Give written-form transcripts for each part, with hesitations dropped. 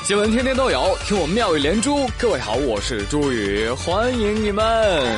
新闻天天都有，听我妙语连珠。各位好，我是朱宇，欢迎你们。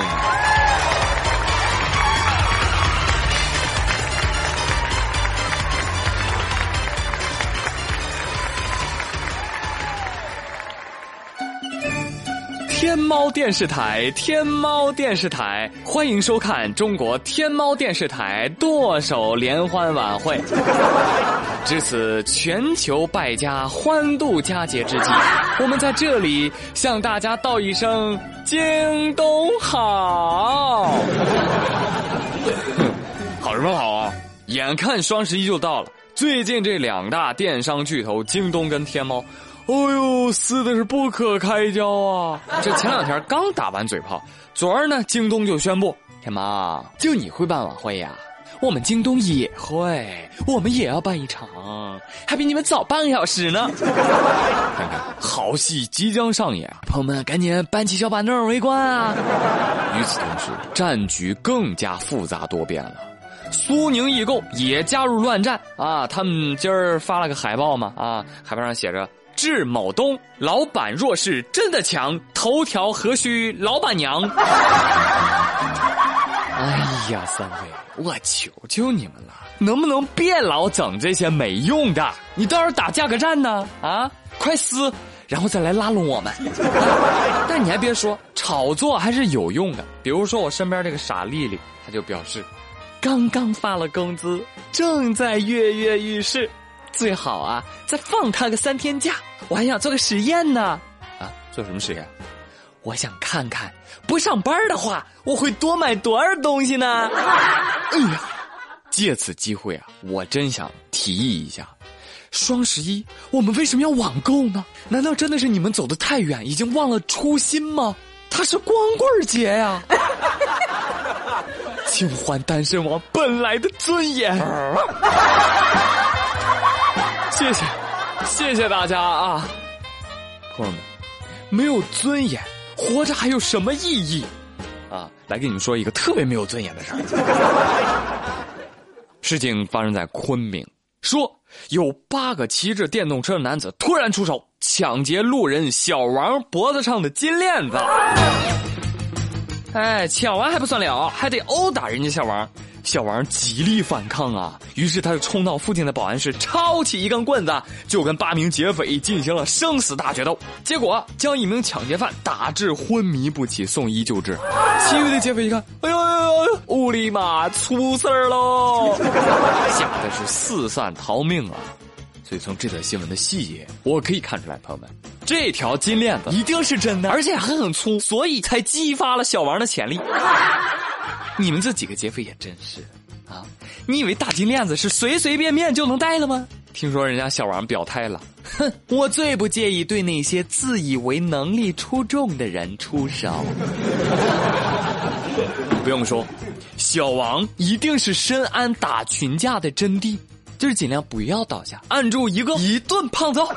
天猫电视台，天猫电视台，欢迎收看中国天猫电视台剁手联欢晚会。至此全球败家欢度佳节之际，我们在这里向大家道一声京东好。好什么好啊，眼看双11就到了，最近这两大电商巨头京东跟天猫，哎呦，撕的是不可开交啊！这前两天刚打完嘴炮，昨儿呢，京东就宣布，天猫，就你会办晚会呀？我们京东也会，我们也要办一场，还比你们早半个小时呢。看看，好戏即将上演，朋友们赶紧搬起小板凳围观啊！与此同时，战局更加复杂多变了。苏宁易购也加入乱战啊！他们今儿发了个海报嘛，啊，海报上写着：致某东，老板若是真的强，头条何须老板娘。哎呀，三位，我求求你们了，能不能别老整这些没用的？你到时候打价格战呢？啊，快撕，然后再来拉拢我们。但你还别说，炒作还是有用的。比如说我身边这个傻丽丽，她就表示，刚刚发了工资，正在跃跃欲试，最好啊再放他个3天假，我还想做个实验呢。啊，做什么实验？我想看看不上班的话我会多买多少东西呢。哎呀，借此机会啊，我真想提议一下，双11我们为什么要网购呢？难道真的是你们走得太远，已经忘了初心吗？它是光棍节呀。请还单身王本来的尊严。谢谢大家啊，朋友们，没有尊严活着还有什么意义啊？来跟你们说一个特别没有尊严的事儿。事情发生在昆明，说有8个骑着电动车的男子突然出手抢劫路人小王脖子上的金链子。哎，抢完还不算了，还得殴打人家小王。小王极力反抗啊，于是他就冲到附近的保安室，抄起一根棍子，就跟8名劫匪进行了生死大决斗。结果将1名抢劫犯打至昏迷不起，送医救治。其余的劫匪一看，哎呦呦呦，乌里玛出事儿喽，吓得是四散逃命啊！所以从这则新闻的细节，我可以看出来，朋友们，这条金链子一定是真的，而且还很粗，所以才激发了小王的潜力。你们这几个劫匪也真是啊！你以为大金链子是随随便便就能戴了吗？听说人家小王表态了，哼，我最不介意对那些自以为能力出众的人出手。不用说，小王一定是深谙打群架的真谛，就是尽量不要倒下，按住一个，一顿胖揍。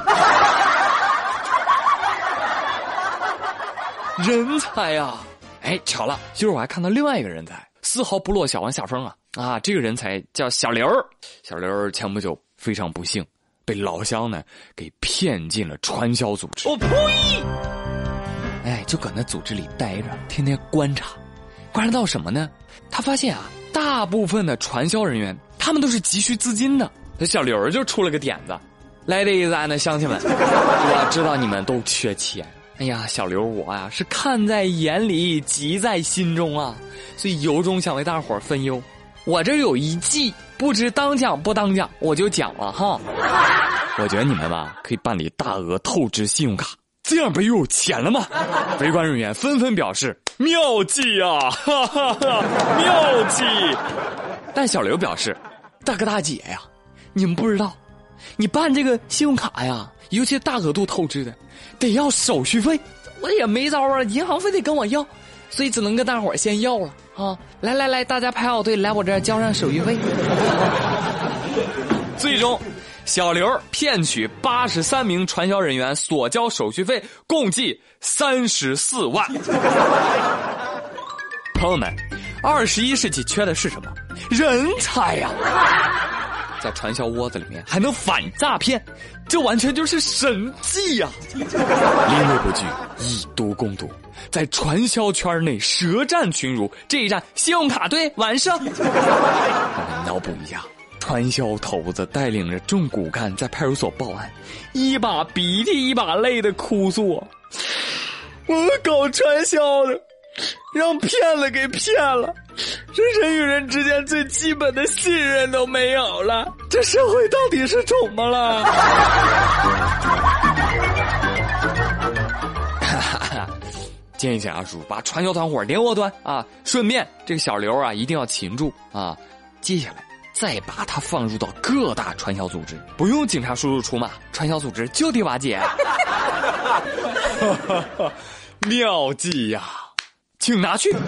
人才啊！哎，巧了，今儿我还看到另外一个人才，丝毫不落小王下风啊！啊，这个人才叫小刘。小刘前不久非常不幸，被老乡呢给骗进了传销组织。我呸！哎，就搁那组织里待着，天天观察到什么呢？他发现啊，大部分的传销人员他们都是急需资金的。小刘就出了个点子，来的意思，俺的乡亲们，我知道你们都缺钱。哎呀，小刘我呀是看在眼里，急在心中啊，所以由衷想为大伙儿分忧。我这有一计，不知当讲不当讲，我就讲了哈。我觉得你们吧，可以办理大额透支信用卡，这样不又有钱了吗？围观人员纷纷表示妙计啊，哈哈哈，妙计。但小刘表示，大哥大姐呀，你们不知道，你办这个信用卡呀，尤其大额度透支的，得要手续费，我也没招啊，银行非得跟我要，所以只能跟大伙儿先要了啊！来，大家排好队，来我这儿交上手续费。最终，小刘骗取83名传销人员所交手续费，共计34万。朋友们，21世纪缺的是什么？人才呀！ 在传销窝子里面还能反诈骗，这完全就是神迹呀！临危不惧，以毒攻毒，在传销圈内舌战群儒，这一战信用卡队完胜。我们脑补一下，传销头子带领着众骨干在派出所报案，一把鼻涕一把泪的哭诉：我们搞传销的让骗子给骗了，人与人之间最基本的信任都没有了，这社会到底是怎么了？建议阿叔把传销团伙联络端啊，顺便这个小刘啊一定要擒住啊，接下来再把他放入到各大传销组织，不用警察叔叔出马，传销组织就地瓦解。妙计呀！请拿去。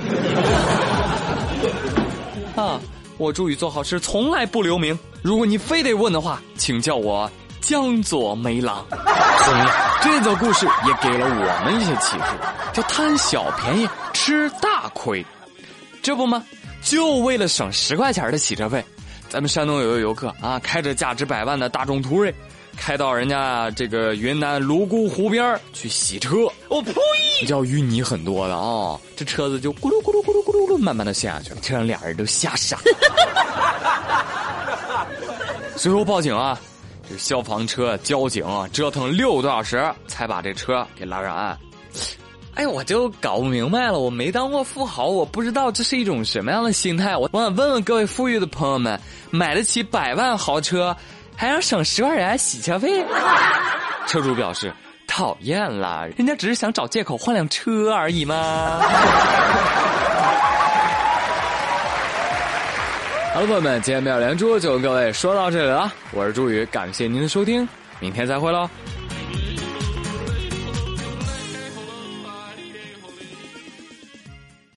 啊，我朱宇做好事从来不留名，如果你非得问的话，请叫我江左梅郎。同样，这则故事也给了我们一些启示，叫贪小便宜吃大亏。这不吗？就为了省10块钱的洗车费，咱们山东有个游客啊，开着价值100万的大众途锐，开到人家这个云南泸沽湖边去洗车。我呸！比较淤泥很多的啊，这车子就咕噜咕噜咕噜咕噜咕噜慢慢的下去了，这让俩人都吓傻。随后报警啊，这消防车、交警折腾6个多小时才把这车给拉上岸。哎，我就搞不明白了，我没当过富豪，我不知道这是一种什么样的心态。我想问问各位富裕的朋友们，买得起100万豪车，还要省10块钱洗车费？车主表示讨厌了，人家只是想找借口换辆车而已嘛。好了，朋友们，今天妙连珠就跟各位说到这里了，我是朱宇，感谢您的收听，明天再会喽。